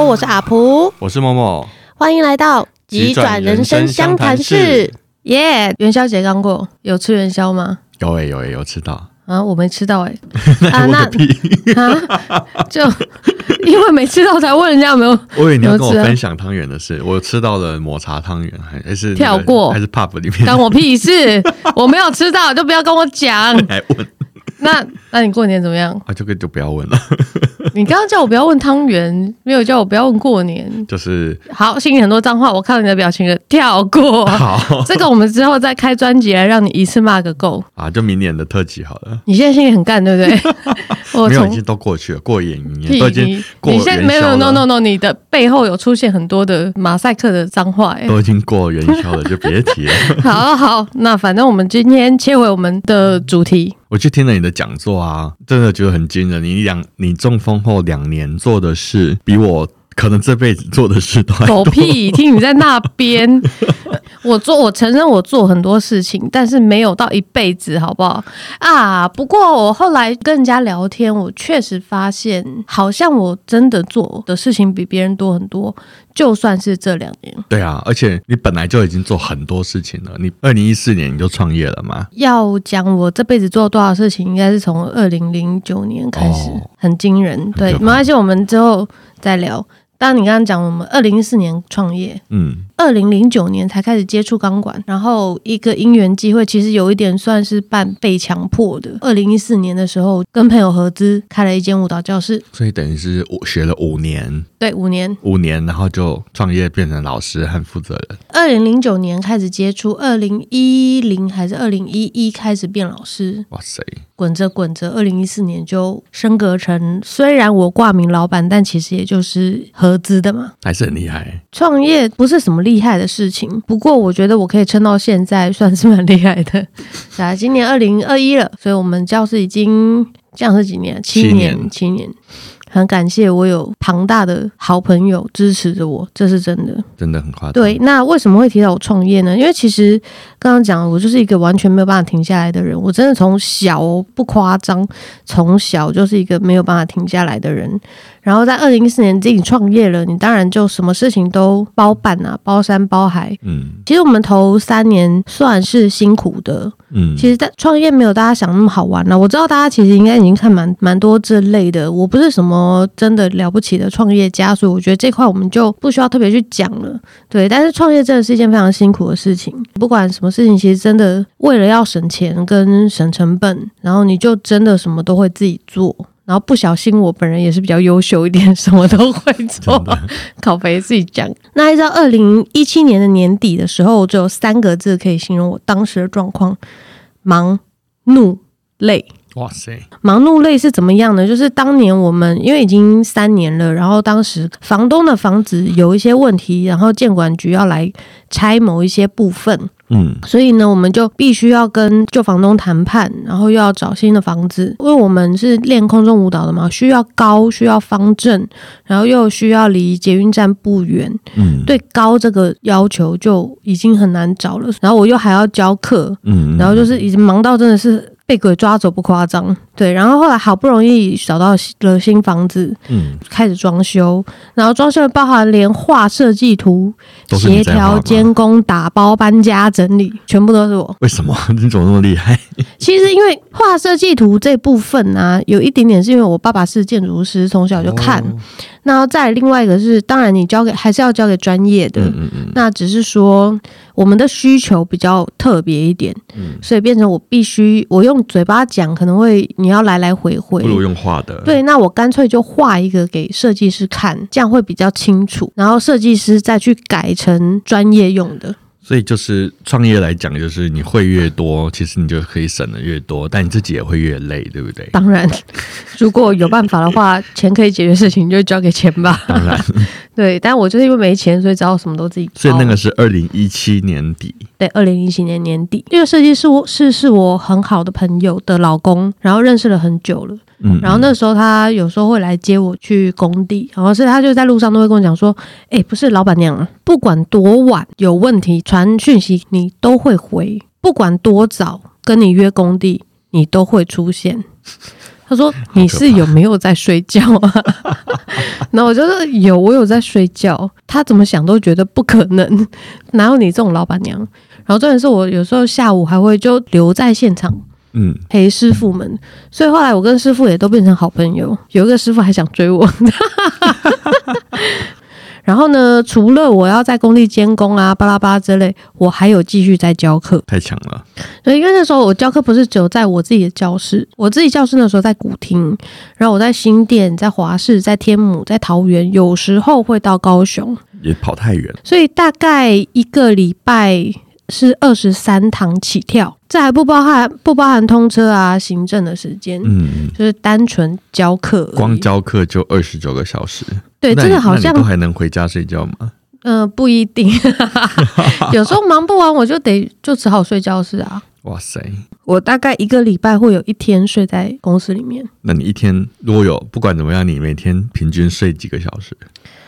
我是阿普， 我是某某， 欢迎来到急转人生相谈室。耶！元宵节刚过，有吃元宵吗？ 有吃到啊，我没吃到我的屁就因为没吃到才问人家有没有。 我以为你要跟我分享汤圆的事，我吃到了抹茶汤圆，还是、 跳过， 还是 pub 里面， 干我屁事！我没有吃到，就不要跟我讲。 还问？ 那你过年怎么样？ 啊，就不要问了。 你刚刚叫我不要问汤圆，没有叫我不要问过年。 就是好，心里很多脏话，我看到你的表情了，跳过。 好， 这个我们之后再开专辑来让你一次骂个够啊！就明年的特辑好了。 你现在心里很干，对不对？ 没有，已经都过去了，过眼云烟，都已经过元宵了。 你现在没有 no， 你的背后有出现很多的马赛克的脏话， 都已经过元宵了，就别提了。 好，那反正我们今天切回我们的主题。 我去听了你的讲座啊，真的觉得很惊人。你中风后2年做的事，比我可能这辈子做的事都还多。 狗屁！听你在那边，我承认我做很多事情，但是没有到一辈子，好不好啊？不过我后来跟人家聊天，我确实发现，好像我真的做的事情比别人多很多。就算是这2年， 对啊，而且你本来就已经做很多事情了。你2014年你就创业了吗？ 要讲我这辈子做多少事情，应该是从2009年开始，很惊人。对，没关系，我们之后再聊。当然你刚刚讲我们2014年创业，2009年才开始接触钢管，然后一个因缘机会，其实有一点算是半被强迫的。2014年的时候，跟朋友合资开了一间舞蹈教室， 所以等于是学了5年。 对，5年， 然后就创业变成老师和负责人。 2009年开始接触，2010还是2011开始变老师。 哇塞！ 滚着，2014年就升格成，虽然我挂名老板，但其实也就是合资的嘛， 还是很厉害。 创业不是什么厉害的事情，不过我觉得我可以撑到现在，算是蛮厉害的。今年2021了，所以我们教室已经这样是几年？7年。很感谢我有庞大的好朋友支持着我，这是真的， 真的很夸张。 对，那为什么会提到我创业呢？因为其实刚刚讲，我就是一个完全没有办法停下来的人。我真的从小不夸张，从小就是一个没有办法停下来的人。然后在2014年自己创业了，你当然就什么事情都包办啊，包山包海。其实我们头3年算是辛苦的。其实创业没有大家想那么好玩啊。我知道大家其实应该已经看蛮多这类的，我不是什么真的了不起的创业家，所以我觉得这块我们就不需要特别去讲了。对，但是创业真的是一件非常辛苦的事情，不管什么事情，其实真的为了要省钱跟省成本，然后你就真的什么都会自己做。然后不小心，我本人也是比较优秀一点，什么都会做。靠北自己讲。那一直到2017年的年底的时候，我只有3个字可以形容我当时的状况：忙、怒、累。 哇塞！ 忙怒累是怎么样呢？就是当年我们因为已经3年了，然后当时房东的房子有一些问题，然后建管局要来拆某一些部分。所以呢，我们就必须要跟旧房东谈判，然后又要找新的房子，因为我们是练空中舞蹈的嘛，需要高，需要方正，然后又需要离捷运站不远。对高这个要求就已经很难找了，然后我又还要教课，然后就是已经忙到真的是被鬼抓走不夸张。对，然后后来好不容易找到了新房子，开始装修，然后装修包含连画设计图、协调、监工、打包、搬家、整理，全部都是我。 为什么你怎么那么厉害？ 其实因为画设计图这部分啊，有一点点是因为我爸爸是建筑师，从小就看。那再另外一个是，当然你还是要交给专业的，那只是说我们的需求比较特别一点，所以变成我用嘴巴讲，可能会你要来回，不如用画的。 对，那我干脆就画一个给设计师看，这样会比较清楚，然后设计师再去改成专业用的。 所以就是创业来讲，就是你会越多，其实你就可以省的越多，但你自己也会越累，对不对？ 当然，如果有办法的话，钱可以解决事情，就交给钱吧。 当然， 对，但我就是因为没钱，所以只好什么都自己包。 所以那个是2017年底。 对，2017年年底，因为设计师是我很好的朋友的老公，然后认识了很久了。然后那时候他有时候会来接我去工地，然后是他就在路上都会跟我讲说，不是老板娘啊，不管多晚有问题传讯息你都会回，不管多早跟你约工地你都会出现。 他说你是有没有在睡觉啊？然后我就说有，我有在睡觉。他怎么想都觉得不可能，哪有你这种老板娘？然后重点是我有时候下午还会就留在现场。陪师傅们，所以后来我跟师傅也都变成好朋友。有一个师傅还想追我，然后呢，除了我要在工地监工啊、巴拉巴拉之类，我还有继续在教课。 太强了！ 对，因为那时候我教课不是只有在我自己的教室，我自己教室那时候在古亭，然后我在新店、在华视、在天母、在桃园，有时候会到高雄， 也跑太远， 所以大概一个礼拜是23堂起跳，这还不包含通车啊、行政的时间，就是单纯教课而已， 光教课就29个小时。 对，这个好像那你都还能回家睡觉吗？ 不一定，有时候忙不完我就只好睡教室啊。 哇塞！ 我大概一个礼拜会有1天睡在公司里面。 那你一天如果有不管怎么样，你每天平均睡几个小时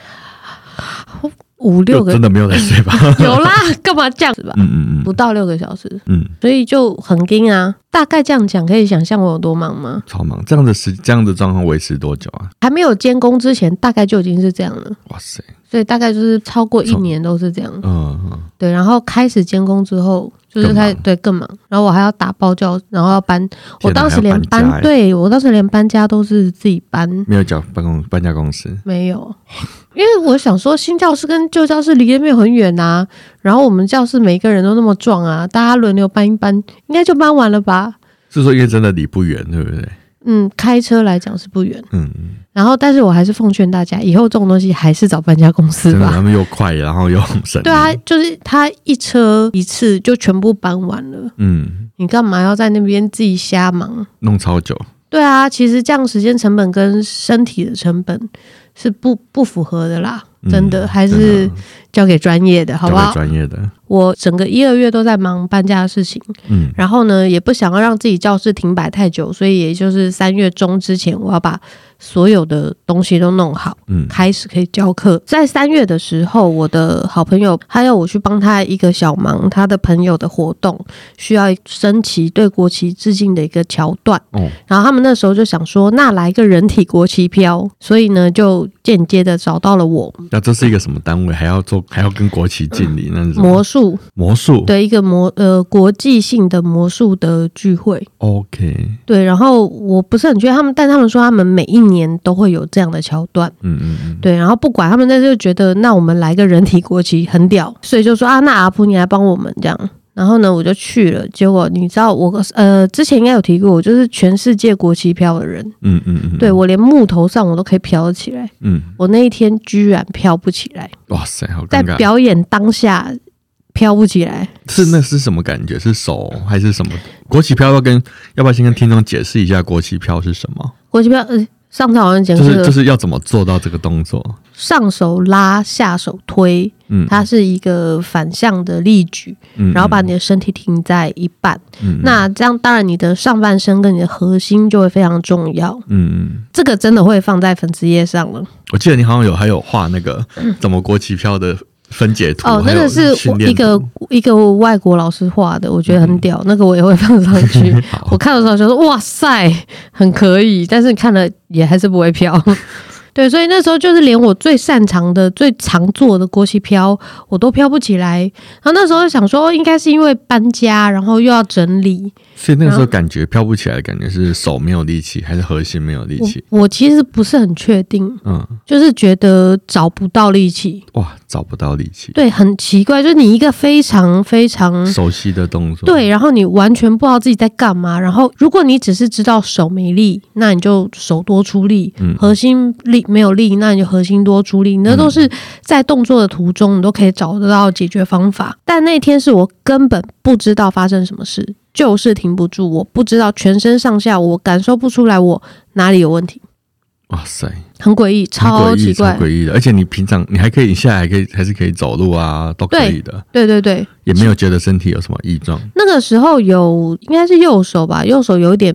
？5-6个， 真的没有在睡吧？ 有啦，干嘛这样子吧？不到6个小时，所以就很硬啊。大概这样讲，可以想象我有多忙吗？ 超忙，这样的状况维持多久啊？ 还没有监工之前，大概就已经是这样了。 哇塞！ 所以大概就是超过1年都是这样。对，然后开始监工之后，就是更忙。然后我还要打包教，然后要搬。我当时连搬家都是自己搬， 没有找搬家公司， 没有。因为我想说，新教室跟旧教室离得没有很远啊，然后我们教室每一个人都那么壮啊，大家轮流搬一搬，应该就搬完了吧？ 是说因为真的离不远，对不对？ 开车来讲是不远。然后，但是我还是奉劝大家，以后这种东西还是找搬家公司吧。 他们又快，然后又省。 对啊，就是他一车一次就全部搬完了。你干嘛要在那边自己瞎忙？ 弄超久。对啊，其实这样时间成本跟身体的成本是不符合的啦。真的还是交给专业的，好不好？交给专业的。 我整个1-2月都在忙搬家的事情，然后呢，也不想要让自己教室停摆太久，所以也就是3月中之前，我要把所有的东西都弄好，开始可以教课。在3月的时候，我的好朋友他要我去帮他一个小忙，他的朋友的活动需要升旗对国旗致敬的一个桥段，然后他们那时候就想说，那来个人体国旗飘，所以呢，就间接的找到了我。 那这是一个什么单位？还要跟国旗敬礼？那是魔术对，一个国际性的魔术的聚会。 OK， 对，然后我不是很确定他们，但他们说他们每一年都会有这样的桥段。对，然后不管他们那就觉得，那我们来个人体国旗很屌，所以就说啊，那阿普你来帮我们这样。然后呢，我就去了。结果你知道我之前应该有提过，我就是全世界国旗飘的人。对，我连木头上我都可以飘起来。我那一天居然飘不起来。 哇塞，好尴尬！ 在表演当下飘不起来。 那是什么感觉？是手还是什么？国旗飘要不要先跟听众解释一下国旗飘是什么？ 国旗飘上次好像讲就是要怎么做到这个动作？ 上手拉，下手推，它是一个反向的力举，然后把你的身体停在一半。那这样当然你的上半身跟你的核心就会非常重要。这个真的会放在粉丝页上了。 我记得你好像还有画那个怎么国旗飘的分解图。 那个是一个外国老师画的，我觉得很屌，那个我也会放上去。我看的时候就说哇塞，很可以，但是看了也还是不会飘。对，所以那时候就是连我最擅长的、最常做的国旗飘，我都飘不起来。然后那时候想说，应该是因为搬家，然后又要整理， 所以那个时候感觉飘不起来的感觉是手没有力气，还是核心没有力气？ 我其实不是很确定，就是觉得找不到力气。 哇，找不到力气， 对，很奇怪，就是你一个非常非常熟悉的动作， 对，然后你完全不知道自己在干嘛。然后如果你只是知道手没力，那你就手多出力；核心力没有力，那你就核心多出力。那都是在动作的途中，你都可以找得到解决方法。但那天是我根本不知道发生什么事，就是停不住，我不知道全身上下，我感受不出来我哪里有问题。 哇塞， 很诡异，超奇怪， 超诡异的。而且你平常你还可以，现在还是可以走路啊，都可以的。 对，也没有觉得身体有什么异状。 那个时候应该是右手吧，右手有一点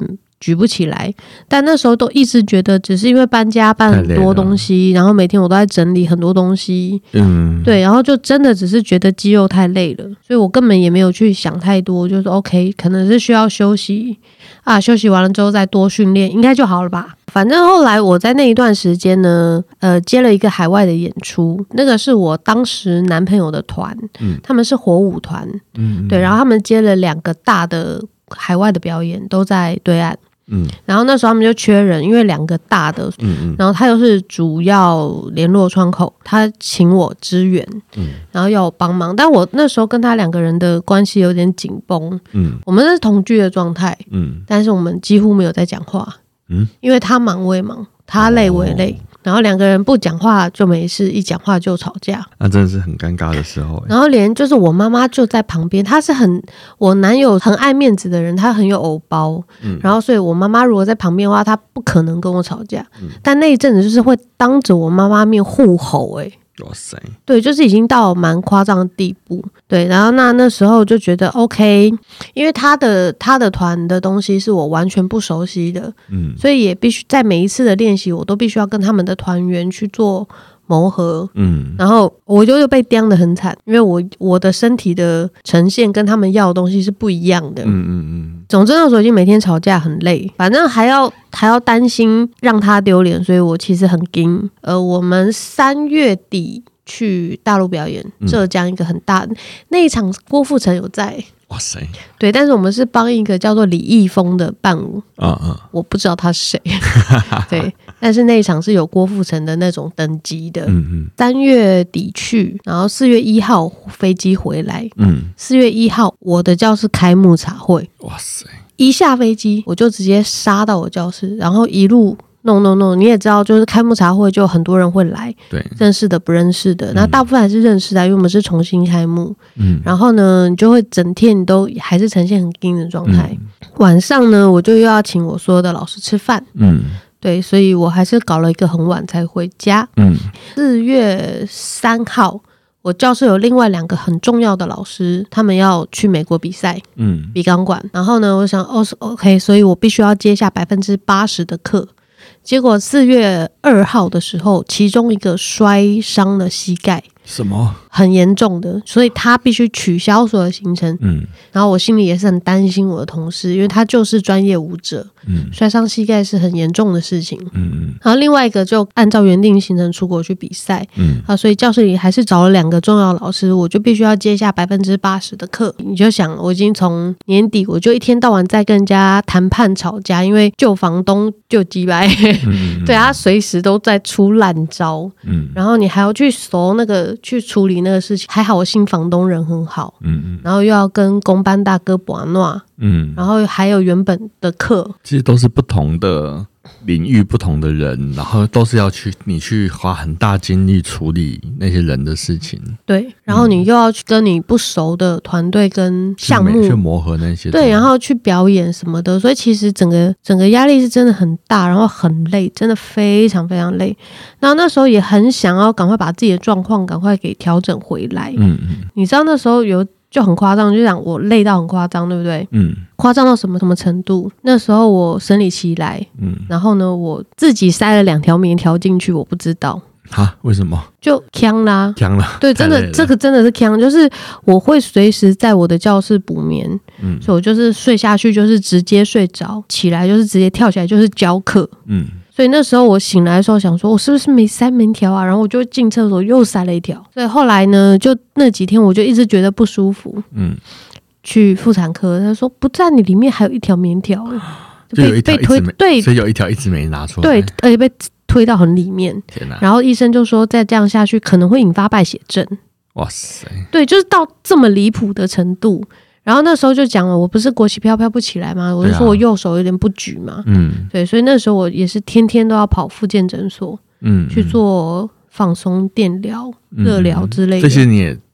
举不起来，但那时候都一直觉得只是因为搬家搬很多东西，然后每天我都在整理很多东西，对，然后就真的只是觉得肌肉太累了，所以我根本也没有去想太多，就是 OK 可能是需要休息啊，休息完了之后再多训练应该就好了吧。反正后来我在那一段时间呢接了一个海外的演出，那个是我当时男朋友的团，他们是火舞团，对，然后他们接了2个大的海外的表演都在对岸，然后那时候他们就缺人，因为2个大的，然后他又是主要联络窗口，他请我支援，然后要我帮忙，但我那时候跟他2个人的关系有点紧绷，我们是同居的状态，但是我们几乎没有在讲话，因为他忙我也忙，他累我也累，然后2个人不讲话就没事，一讲话就吵架， 那真的是很尴尬的时候。 然后连就是我妈妈就在旁边，她是我男友很爱面子的人，他很有偶包，然后所以我妈妈如果在旁边的话，她不可能跟我吵架，但那一阵子就是会当着我妈妈面互吼， 哇塞， 对，就是已经到蛮夸张的地步，对，然后那时候就觉得 OK， 因为他的团的东西是我完全不熟悉的，所以也必须在每一次的练习，我都必须要跟他们的团员去做磨合，然后我就被刁得很惨，因为我的身体的呈现跟他们要的东西是不一样的，总之那时候已经每天吵架很累，反正还要担心让他丢脸，所以我其实很惊。我们3月底去大陆表演，浙江一个很大的那一场，郭富城有在。 哇塞， 对，但是我们是帮一个叫做李易峰的伴舞，我不知道他是谁，对，但是那一场是有郭富城的那种等级的。3月底去，然后4月1号飞机回来，4月1号我的教室开幕茶会，哇塞，一下飞机我就直接杀到我教室，然后一路弄，你也知道，就是开幕茶会就很多人会来，对，认识的不认识的，那大部分还是认识的，因为我们是重新开幕，然后呢，你就会整天你都还是呈现很硬的状态。晚上呢，我就又要请我所有的老师吃饭，对，所以我还是搞了一个很晚才回家。4月3号。我教室有另外2个很重要的老师，他们要去美国比赛，比钢管。然后呢，我想OK， 所以我必须要接下80%的课。结果4月2号的时候，其中一个摔伤了膝盖， 什么很严重的，所以他必须取消所有行程。然后我心里也是很担心我的同事，因为他就是专业舞者，摔伤膝盖是很严重的事情。然后另外一个就按照原定行程出国去比赛，所以教室里还是找了2个重要的老师，我就必须要接下80%的课。你就想，我已经从年底我就一天到晚在跟人家谈判吵架，因为旧房东就鸡掰，对，他随时都在出烂招，然后你还要去搜那个去处理那个事情。还好我新房东人很好，然后又要跟公班大哥把诺，然后还有原本的课， 其实都是不同的领域不同的人，然后都是要你去花很大精力处理那些人的事情， 对，然后你又要去跟你不熟的团队跟项目去磨合那些， 对，然后去表演什么的，所以其实整个压力是真的很大，然后很累，真的非常非常累。然后那时候也很想要赶快把自己的状况赶快给调整回来，你知道那时候就很夸张，就讲我累到很夸张，对不对？夸张到什么程度？那时候我生理期来，然后呢，我自己塞了2条棉条进去，我不知道。 哈？为什么？ 就呛啦， 呛了。 对，真的，这个真的是呛，就是我会随时在我的教室补眠，所以我就是睡下去就是直接睡着，起来就是直接跳起来就是教课，所以那时候我醒来的时候想说，我是不是没塞棉条啊？然后我就进厕所又塞了1条，所以后来呢，就那几天我就一直觉得不舒服，去妇产科，他说不在，你里面还有1条棉条， 就有一条被推，对， 所以有1条一直没拿出来， 对，而且被推到很里面，天哪！然后医生就说再这样下去可能会引发败血症，哇塞，对，就是到这么离谱的程度。然后那时候就讲了，我不是国旗飘飘不起来吗？我就说我右手有点不举嘛，对，所以那时候我也是天天都要跑复健诊所，去做放松、电疗、热疗之类的。 这些你也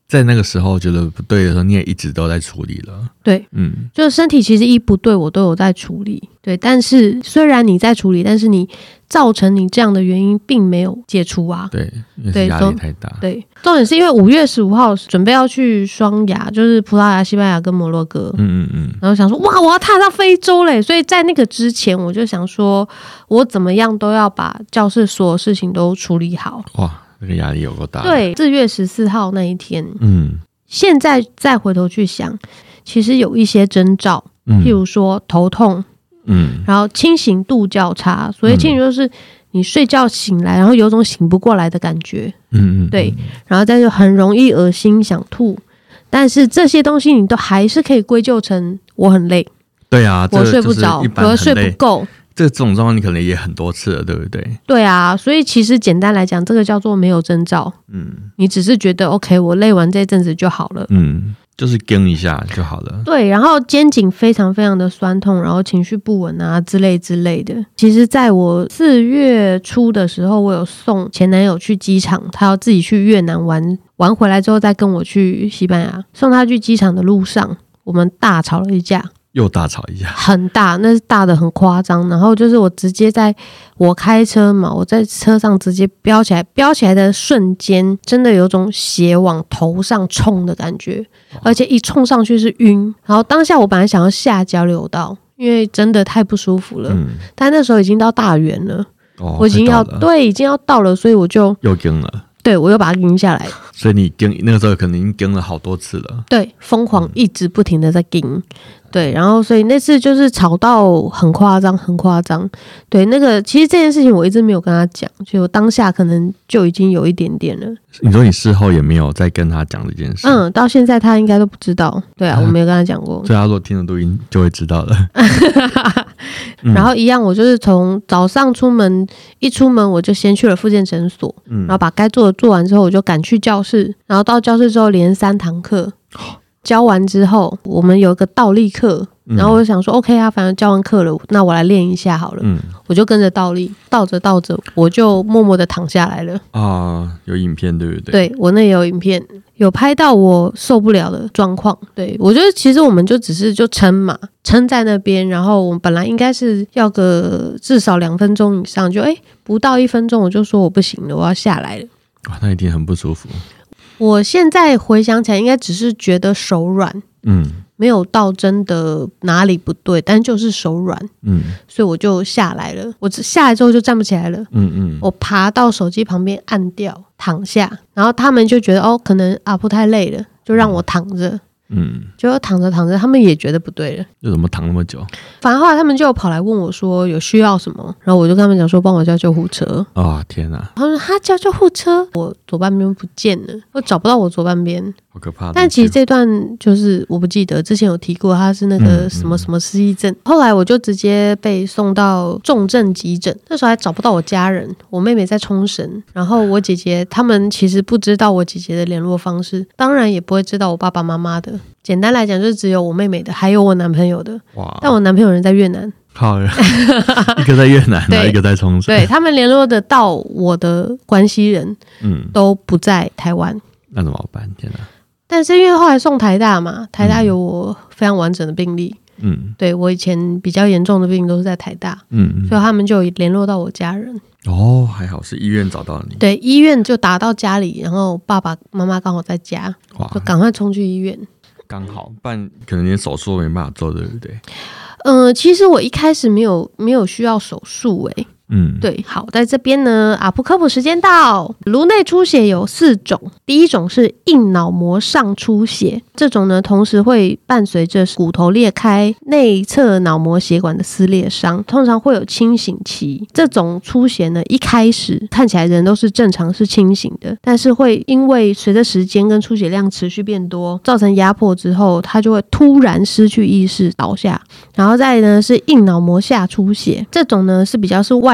在那个时候觉得不对的时候，你也一直都在处理了。 对，就是身体其实一不对我都有在处理，对，但是虽然你在处理，但是你造成你这样的原因并没有解除啊。 对，因为压力太大。 对，重点是因为5月15号准备要去双亚，就是葡萄牙、西班牙跟摩洛哥。然后想说哇，我要踏到非洲嘞！所以在那个之前，我就想说，我怎么样都要把教室所有事情都处理好。 哇，这个压力有够大。 对，4月14号那一天，现在再回头去想，其实有一些征兆，譬如说头痛，然后清醒度较差。所以清醒就是你睡觉醒来，然后有种醒不过来的感觉，对，然后再就很容易恶心想吐。但是这些东西你都还是可以归咎成我很累， 对啊， 我睡不着，我睡不够。 这种状况你可能也很多次了，对不对？ 对啊，所以其实简单来讲，这个叫做没有征兆。你只是觉得 OK， 我累完这阵子就好了。就是跟一下就好了。对，然后肩颈非常非常的酸痛，然后情绪不稳啊之类的。其实在我4月初的时候，我有送前男友去机场，他要自己去越南玩回来之后再跟我去西班牙。送他去机场的路上，我们大吵了一架。 又大吵一架， 很大，那是大的很夸张。然后就是我直接我开车嘛，我在车上直接飙起来的瞬间，真的有种血往头上冲的感觉，而且一冲上去是晕。然后当下我本来想要下交流道，因为真的太不舒服了，但那时候已经到大园了，我已经要到了，所以我就又跟了。 对，我又把它跟下来。 所以你跟那个时候可能已经跟了好多次了。对， 疯狂一直不停的在跟。对，然后所以那次就是吵到很夸张。对，那个其实这件事情我一直没有跟他讲，所以我当下可能就已经有一点点了。 你说你事后也没有再跟他讲这件事？ 到现在他应该都不知道。对啊，我没有跟他讲过。 所以他如果听了录音就会知道了。 然后一样，我就是从早上一出门我就先去了复健诊所，然后把该做的做完之后，我就赶去教室，然后到教室之后连3堂课。教完之后，我们有一个倒立课，然后我就想说 OK 啊，反正教完课了，那我来练一下好了。我就跟着倒立，倒着，我就默默的躺下来了。 有影片对不对？ 对，我那也有影片，有拍到我受不了的状况。对，我觉得其实我们就只是撑嘛，撑在那边，然后我们本来应该是要个至少2分钟以上，就不到1分钟我就说我不行了，我要下来了。 那一定很不舒服。 我现在回想起来，应该只是觉得手软，没有到真的哪里不对，但就是手软，所以我就下来了。我下来之后就站不起来了，我爬到手机旁边按掉，躺下，然后他们就觉得可能阿婆太累了，就让我躺着。就躺着，他们也觉得不对了， 就怎么躺那么久？ 反正后来他们就跑来问我说有需要什么，然后我就跟他们讲说帮我叫救护车。 天哪！ 他说他叫救护车，我左半边不见了，我找不到我左半边， 好可怕。 但其实这段就是我不记得，之前有提过他是那个什么什么失忆症。后来我就直接被送到重症急诊，那时候还找不到我家人，我妹妹在冲绳，然后我姐姐他们其实不知道我姐姐的联络方式，当然也不会知道我爸爸妈妈的。简单来讲，就只有我妹妹的，还有我男朋友的。但我男朋友人在越南。好， 一个在越南，然后一个在冲绳。 对，他们联络得到我的关系人，都不在台湾。 那怎么办？天哪！ 但是因为后来送台大嘛，台大有我非常完整的病历。对，我以前比较严重的病都是在台大。所以他们就联络到我家人。 还好是医院找到你。 对，医院就打到家里，然后爸爸妈妈刚好在家，就赶快冲去医院。 刚好，不然可能连手术都没办法做，对不对？ 其实我一开始没有需要手术对，好，在这边呢，阿普科普时间到。颅内出血有4种，第一种是硬脑膜上出血，这种呢同时会伴随着骨头裂开、内侧脑膜血管的撕裂伤，通常会有清醒期。这种出血呢，一开始看起来人都是正常是清醒的，但是会因为随着时间跟出血量持续变多，造成压迫之后，他就会突然失去意识倒下。然后再来呢是硬脑膜下出血，这种呢是比较是外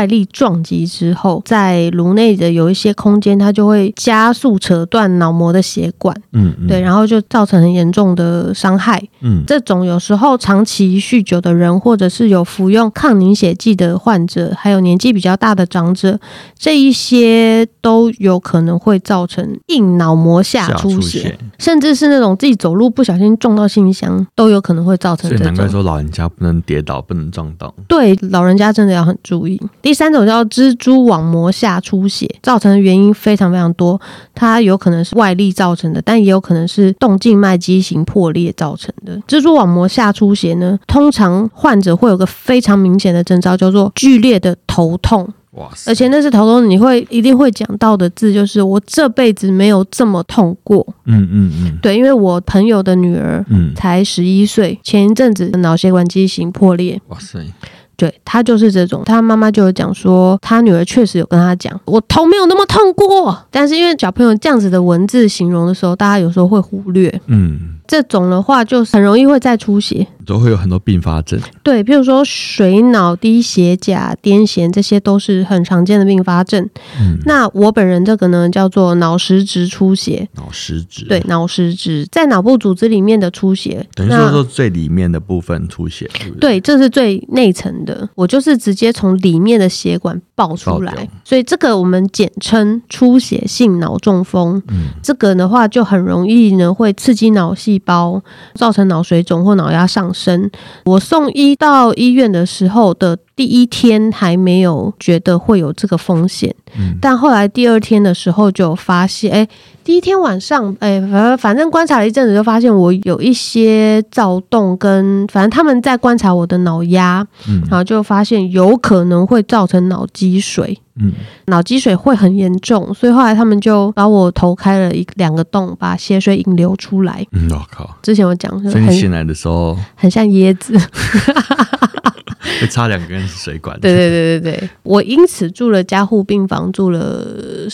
外力撞击之后，在颅内的有一些空间，它就会加速扯断脑膜的血管，对，然后就造成很严重的伤害。这种有时候长期酗酒的人，或者是有服用抗凝血剂的患者，还有年纪比较大的长者，这一些都有可能会造成硬脑膜下出血，甚至是那种自己走路不小心撞到信箱，都有可能会造成这种。 所以难怪说老人家不能跌倒，不能撞到。 对，老人家真的要很注意。第三种叫蜘蛛网膜下出血，造成的原因非常非常多，它有可能是外力造成的，但也有可能是动静脉畸形破裂造成的。蜘蛛网膜下出血呢，通常患者会有个非常明显的征兆，叫做剧烈的头痛。而且那是头痛，你一定会讲到的字就是我这辈子没有这么痛过。对，因为我朋友的女儿才11岁，前一阵子脑血管畸形破裂。哇塞！对，他就是这种，他妈妈就有讲说，他女儿确实有跟他讲，我头没有那么痛过。但是因为小朋友这样子的文字形容的时候，大家有时候会忽略。这种的话就很容易会再出血， 都会有很多并发症。 对，譬如说水脑、低血钾、癫痫，这些都是很常见的并发症。那我本人这个呢，叫做脑实质出血。 脑实质， 对，脑实质在脑部组织里面的出血， 等于说最里面的部分出血，对不对？ 对，这是最内层的，我就是直接从里面的血管爆出来，所以这个我们简称出血性脑中风。这个的话就很容易呢会刺激脑细胞，造成脑水肿或脑压上升。我送医到医院的时候的第1天还没有觉得会有这个风险，但后来第2天的时候就发现，第1天晚上，反正观察了一阵子就发现我有一些躁动，跟反正他们在观察我的脑压，然后就发现有可能会造成脑积水。脑积水会很严重，所以后来他们就把我头开了2个洞，把血水引流出来。我靠！之前我讲， 所以你醒来的时候很像椰子。 会插2根水管。 对，我因此住了加护病房，住了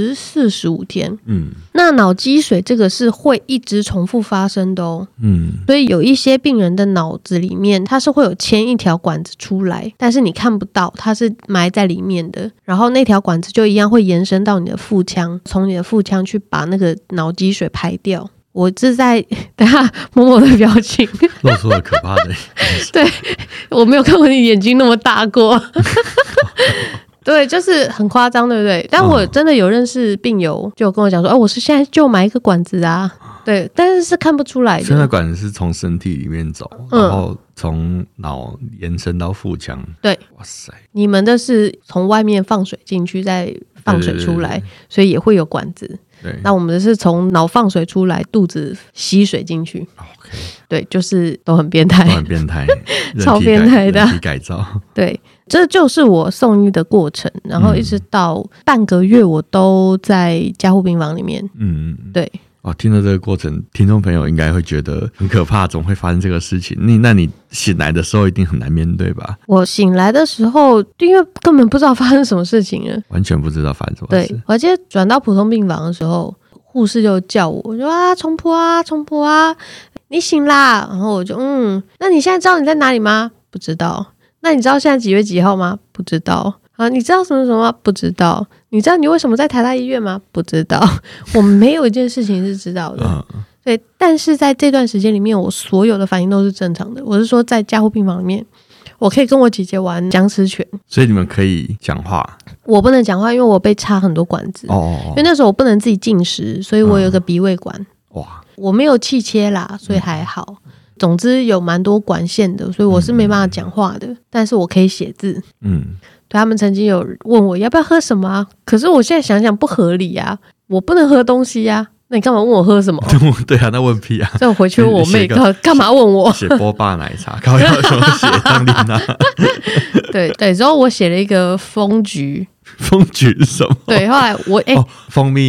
15天。那脑积水这个是会一直重复发生的哦。所以有一些病人的脑子里面，它是会有牵一条管子出来，但是你看不到，它是埋在里面的。然后那条管子就一样会延伸到你的腹腔，从你的腹腔去把那个脑积水排掉。我是在等下默默的表情露出了可怕的对，我没有看过你眼睛那么大过对，就是很夸张，对不对？但我真的有认识病友就有跟我讲说，我是现在就买一个管子啊。对，但是是看不出来的。 现在管子是从身体里面走，然后从脑延伸到腹腔。 对，哇塞！你们的是从外面放水进去，再放水出来，所以也会有管子。对，那我们的是从脑放水出来，肚子吸水进去。Okay. 对，就是都很变态， 都很变态， 超变态的人体改造。 对，这就是我送医的过程，然后一直到半个月，我都在加护病房里面。对。 听到这个过程，听众朋友应该会觉得很可怕，怎么会发生这个事情？那你醒来的时候一定很难面对吧？我醒来的时候，因为根本不知道发生什么事情了，完全不知道发生什么事。对，我记得转到普通病房的时候，护士就叫我说冲婆啊，你醒啦！然后我就那你现在知道你在哪里吗？不知道。那你知道现在几月几号吗？不知道。你知道什么什么吗？不知道。你知道你为什么在台大医院吗？不知道。我没有一件事情是知道的。对，但是在这段时间里面，我所有的反应都是正常的。我是说，在加护病房里面，我可以跟我姐姐玩僵尸拳。所以你们可以讲话？我不能讲话，因为我被插很多管子。因为那时候我不能自己进食，所以我有一个鼻胃管。我没有气切啦，所以还好。总之有蛮多管线的，所以我是没办法讲话的，但是我可以写字。对，他们曾经有问我要不要喝什么啊，可是我现在想想不合理啊，我不能喝东西啊，那你干嘛问我喝什么？对啊，那问屁啊！所以我回去问我妹干嘛问我？写波霸奶茶，靠要什么写当琳娜？对，之后我写了一个蜂菊。蜂菊是什么？对，后来我蜂蜜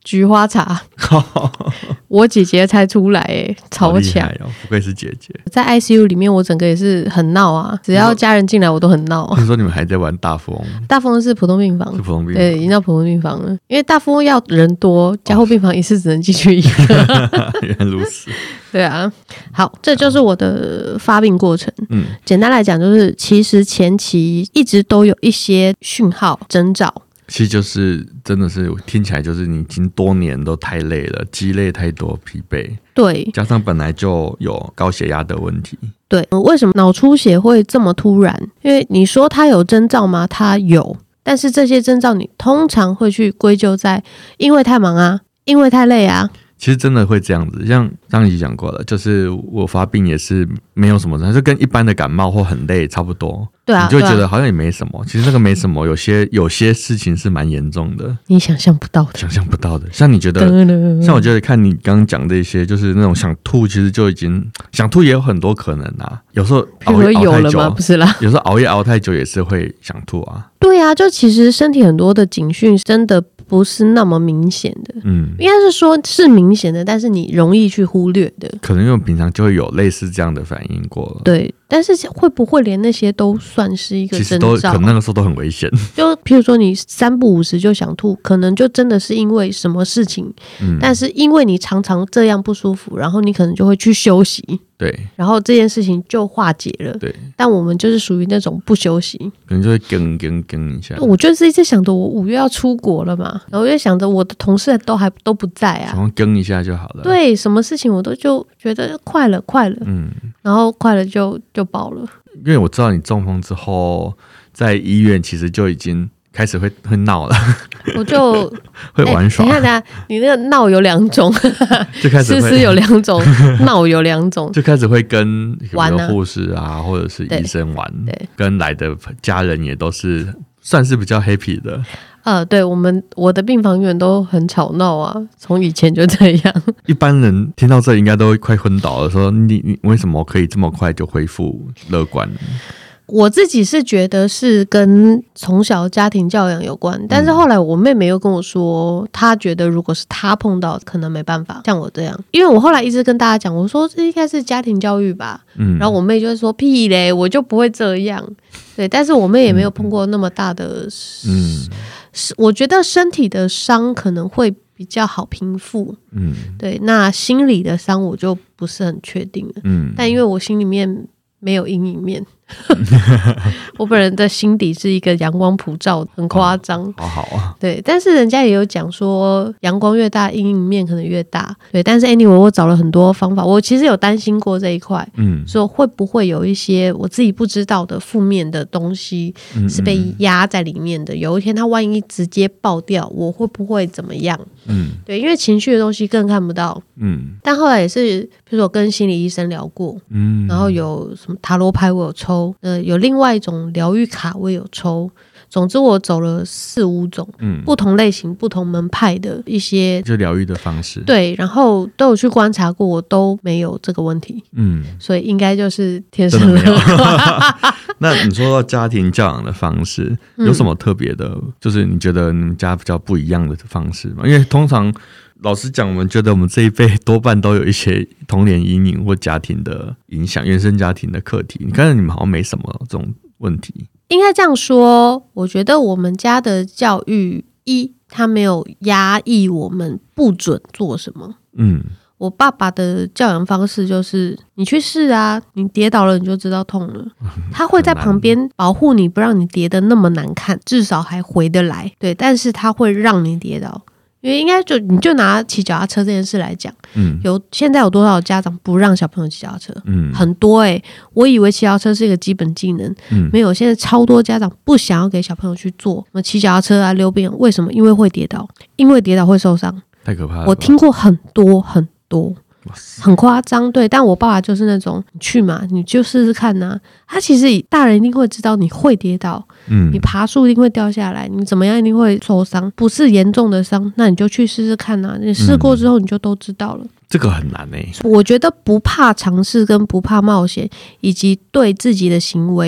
菊花茶我姐姐猜出来超强不愧是姐姐。 在 ICU 里面我整个也是很闹啊，只要家人进来我都很闹。 听说你们还在玩大富翁？ 大富翁是普通病房， 是普通病房， 对，已经到普通病房了。因为大富翁要人多，加护病房一次只能进去一个原来如此。 对啊，好，这就是我的发病过程。简单来讲就是其实前期一直都有一些讯号征兆， 其实就是真的是听起来就是你已经多年都太累了，积累太多疲惫， 对， 加上本来就有高血压的问题。 对，为什么脑出血会这么突然？因为你说它有征兆吗？它有，但是这些征兆你通常会去归咎在因为太忙啊，因为太累啊。 其实真的会这样子，像上一集讲过了，就是我发病也是没有什么，就跟一般的感冒或很累差不多。 对啊， 你就会觉得好像也没什么，其实那个没什么，有些事情是蛮严重的， 你想象不到的。像你觉得， 像我觉得看你刚刚讲的一些，就是那种想吐，其实就已经想吐也有很多可能啊。有时候熬夜熬太久， 不是啦， 有时候熬夜熬太久也是会想吐啊。 对啊，就其实身体很多的警讯真的不是那么明显的，应该是说是明显的，但是你容易去忽略的。 可能因为平常就会有类似这样的反应过了。 对，但是会不会连那些都算是一个征兆？ 其实可能那个时候都很危险。 就譬如说你3不5时就想吐，可能就真的是因为什么事情，但是因为你常常这样不舒服，然后你可能就会去休息。 对， 然后这件事情就化解了。 对， 但我们就是属于那种不休息， 可能就会跟一下。 我就是一直想着我5月要出国了嘛，然后就想着我的同事都不在啊， 然后跟一下就好了。 对，什么事情我都就觉得快了，然后快了就爆了。 因为我知道你中风之后在医院其实就已经开始会闹了， 我就会玩耍。 等一下，你那个闹有2种， 就开始思有2种，闹有2种， 就开始会跟有的护士啊，或者是医生玩，跟来的家人也都是算是比较 happy 的。 对，我的病房永远都很吵闹啊，从以前就这样。 一般人听到这应该都快昏倒了，说你为什么可以这么快就恢复乐观？ 我自己是觉得是跟从小家庭教养有关，但是后来我妹妹又跟我说，她觉得如果是她碰到可能没办法像我这样，因为我后来一直跟大家讲，我说这应该是家庭教育吧，然后我妹就会说屁嘞，我就不会这样。对，但是我妹也没有碰过那么大的我觉得身体的伤可能会比较好平复，对，那心理的伤我就不是很确定了，但因为我心里面没有阴影面我本人的心底是一个阳光普照，很夸张， 好啊。 对，但是人家也有讲说阳光越大阴影面可能越大，对，但是 anyway 我找了很多方法，我其实有担心过这一块，说会不会有一些我自己不知道的负面的东西是被压在里面的，有一天它万一直接爆掉，我会不会怎么样？对，因为情绪的东西更看不到，但后来也是比如说我跟心理医生聊过，然后有什么塔罗牌我有抽，有另外一种疗愈卡我也有抽，总之我走了4、5种不同类型不同门派的一些就疗愈的方式， 对，然后都有去观察过，我都没有这个问题，所以应该就是天生乐观。 那你说到家庭教养的方式有什么特别的，就是你觉得你们家比较不一样的方式吗？因为通常老实讲，我们觉得我们这一辈多半都有一些童年阴影或家庭的影响，原生家庭的课题。你看到你们好像没什么这种问题。 应该这样说，我觉得我们家的教育他没有压抑我们不准做什么。我爸爸的教养方式就是你去试啊，你跌倒了你就知道痛了，他会在旁边保护你，不让你跌得那么难看，至少还回得来，对，但是他会让你跌倒。因为应该你就拿骑脚踏车这件事来讲，现在有多少家长不让小朋友骑脚踏车？很多我以为骑脚踏车是一个基本技能，没有，现在超多家长不想要给小朋友去做骑脚踏车啊、溜冰，为什么？因为会跌倒，因为跌倒会受伤， 太可怕了。 我听过很多，很夸张，对，但我爸爸就是那种你去嘛，你就试试看啊。他其实大人一定会知道你会跌倒，你爬树一定会掉下来，你怎么样一定会受伤，不是严重的伤，那你就去试试看啊。你试过之后你就都知道了。 这个很难我觉得不怕尝试跟不怕冒险，以及对自己的行为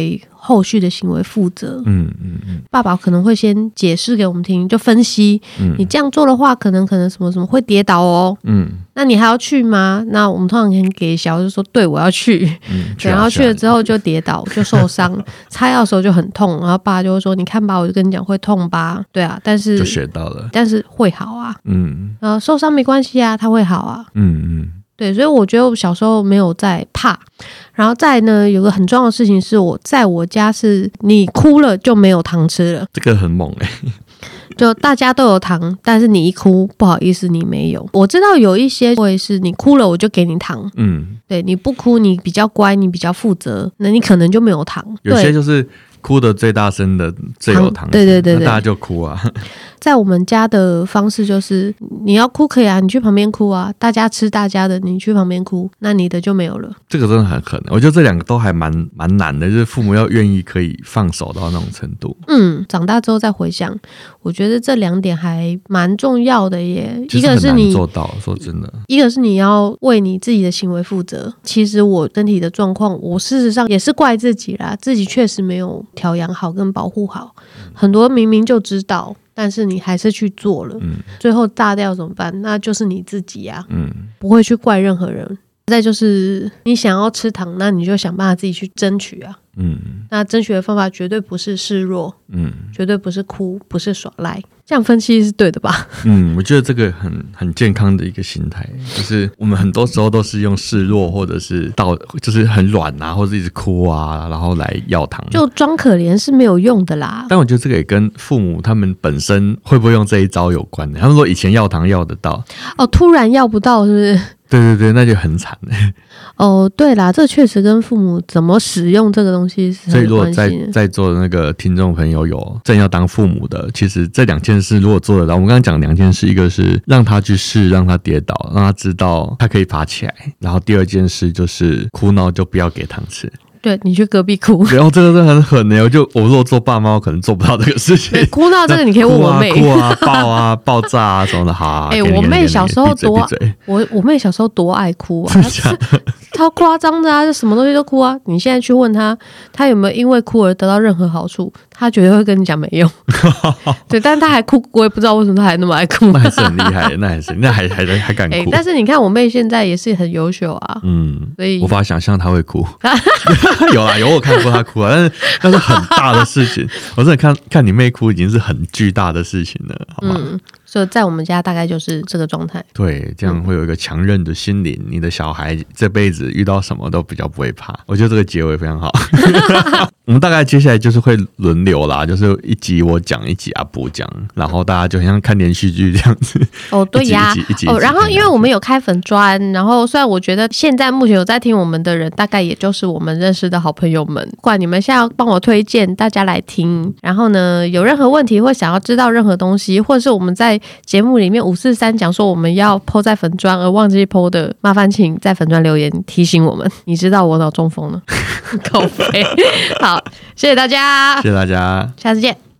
后续的行为负责。爸爸可能会先解释给我们听，就分析，你这样做的话，可能什么什么会跌倒哦。那你还要去吗？那我们通常很给小，就说对，我要去。然后去了之后就跌倒，就受伤，擦药的时候就很痛，然后爸就会说：“你看吧，我就跟你讲会痛吧。”对啊，但是就学到了， 但是会好啊。受伤没关系啊，他会好啊。对，所以我觉得我小时候没有在怕。然后再呢，有个很重要的事情是，我在我家是你哭了就没有糖吃了， 这个很猛就大家都有糖，但是你一哭，不好意思，你没有。我知道有一些会是你哭了我就给你糖，对，你不哭你比较乖，你比较负责，那你可能就没有糖。 有些就是哭的最大声的最有糖， 对，那大家就哭啊。 在我们家的方式就是你要哭可以啊，你去旁边哭啊，大家吃大家的，你去旁边哭，那你的就没有了。 这个真的很狠，我觉得这两个都还蛮难的，就是父母要愿意可以放手到那种程度。长大之后再回想，我觉得这两点还蛮重要的耶。一个是你做到，说真的， 一个是你要为你自己的行为负责。其实我身体的状况，我事实上也是怪自己啦，自己确实没有调养好跟保护好，很多明明就知道，但是你还是去做了，最后炸掉怎么办？那就是你自己啊，不会去怪任何人。再就是你想要吃糖，那你就想办法自己去争取啊。那争取的方法绝对不是示弱，绝对不是哭，不是耍赖，这样分析是对的吧？ 我觉得这个很健康的一个心态，就是我们很多时候都是用示弱，或者是就是很软啊，或者一直哭啊，然后来要糖， 就装可怜是没有用的啦。 但我觉得这个也跟父母他们本身会不会用这一招有关的。他们说以前要糖要得到， 突然要不到是不是？ 对，那就很惨对啦，这确实跟父母怎么使用这个东西是很有关系的。 所以如果在座的那个听众朋友有正要当父母的，其实这两件事如果做得到，我们刚刚讲两件事，一个是让他去试，让他跌倒，让他知道他可以爬起来，然后第二件事就是哭闹就不要给糖吃。 对，你去隔壁哭， 然后这个真的很狠我如果做爸妈，我可能做不到这个事情。 哭闹这个你可以问我妹， 哭啊抱啊爆炸啊什么的哈。 我妹小时候我妹小时候多爱哭啊，超夸张的啊，就什么东西都哭啊。你现在去问她，她有没有因为哭而得到任何好处？她绝对会跟你讲没用。对，但是她还哭，我也不知道为什么她还那么爱哭。 那还是很厉害，那还敢哭。 但是你看我妹现在也是很优秀啊。所以无法想象她会哭。有我看过她哭啊，但是那是很大的事情。我真的看你妹哭已经是很巨大的事情了，好吗？ 所以在我们家大概就是这个状态。 对，这样会有一个强韧的心灵，你的小孩这辈子遇到什么都比较不会怕。我觉得这个结尾非常好。我们大概接下来就是会轮流啦，就是一集我讲，一集阿布讲，然后大家就很像看连续剧这样子。 对呀。然后因为我们有开粉专，然后虽然我觉得现在目前有在听我们的人，大概也就是我们认识的好朋友们。不管你们现在要帮我推荐大家来听，然后呢有任何问题或想要知道任何东西，或者是我们在节目里面543讲说我们要 po 在粉专而忘记 po 的，麻烦请在粉专留言提醒我们。你知道我脑中风了。靠北。好，谢谢大家， 谢谢大家， 下次见。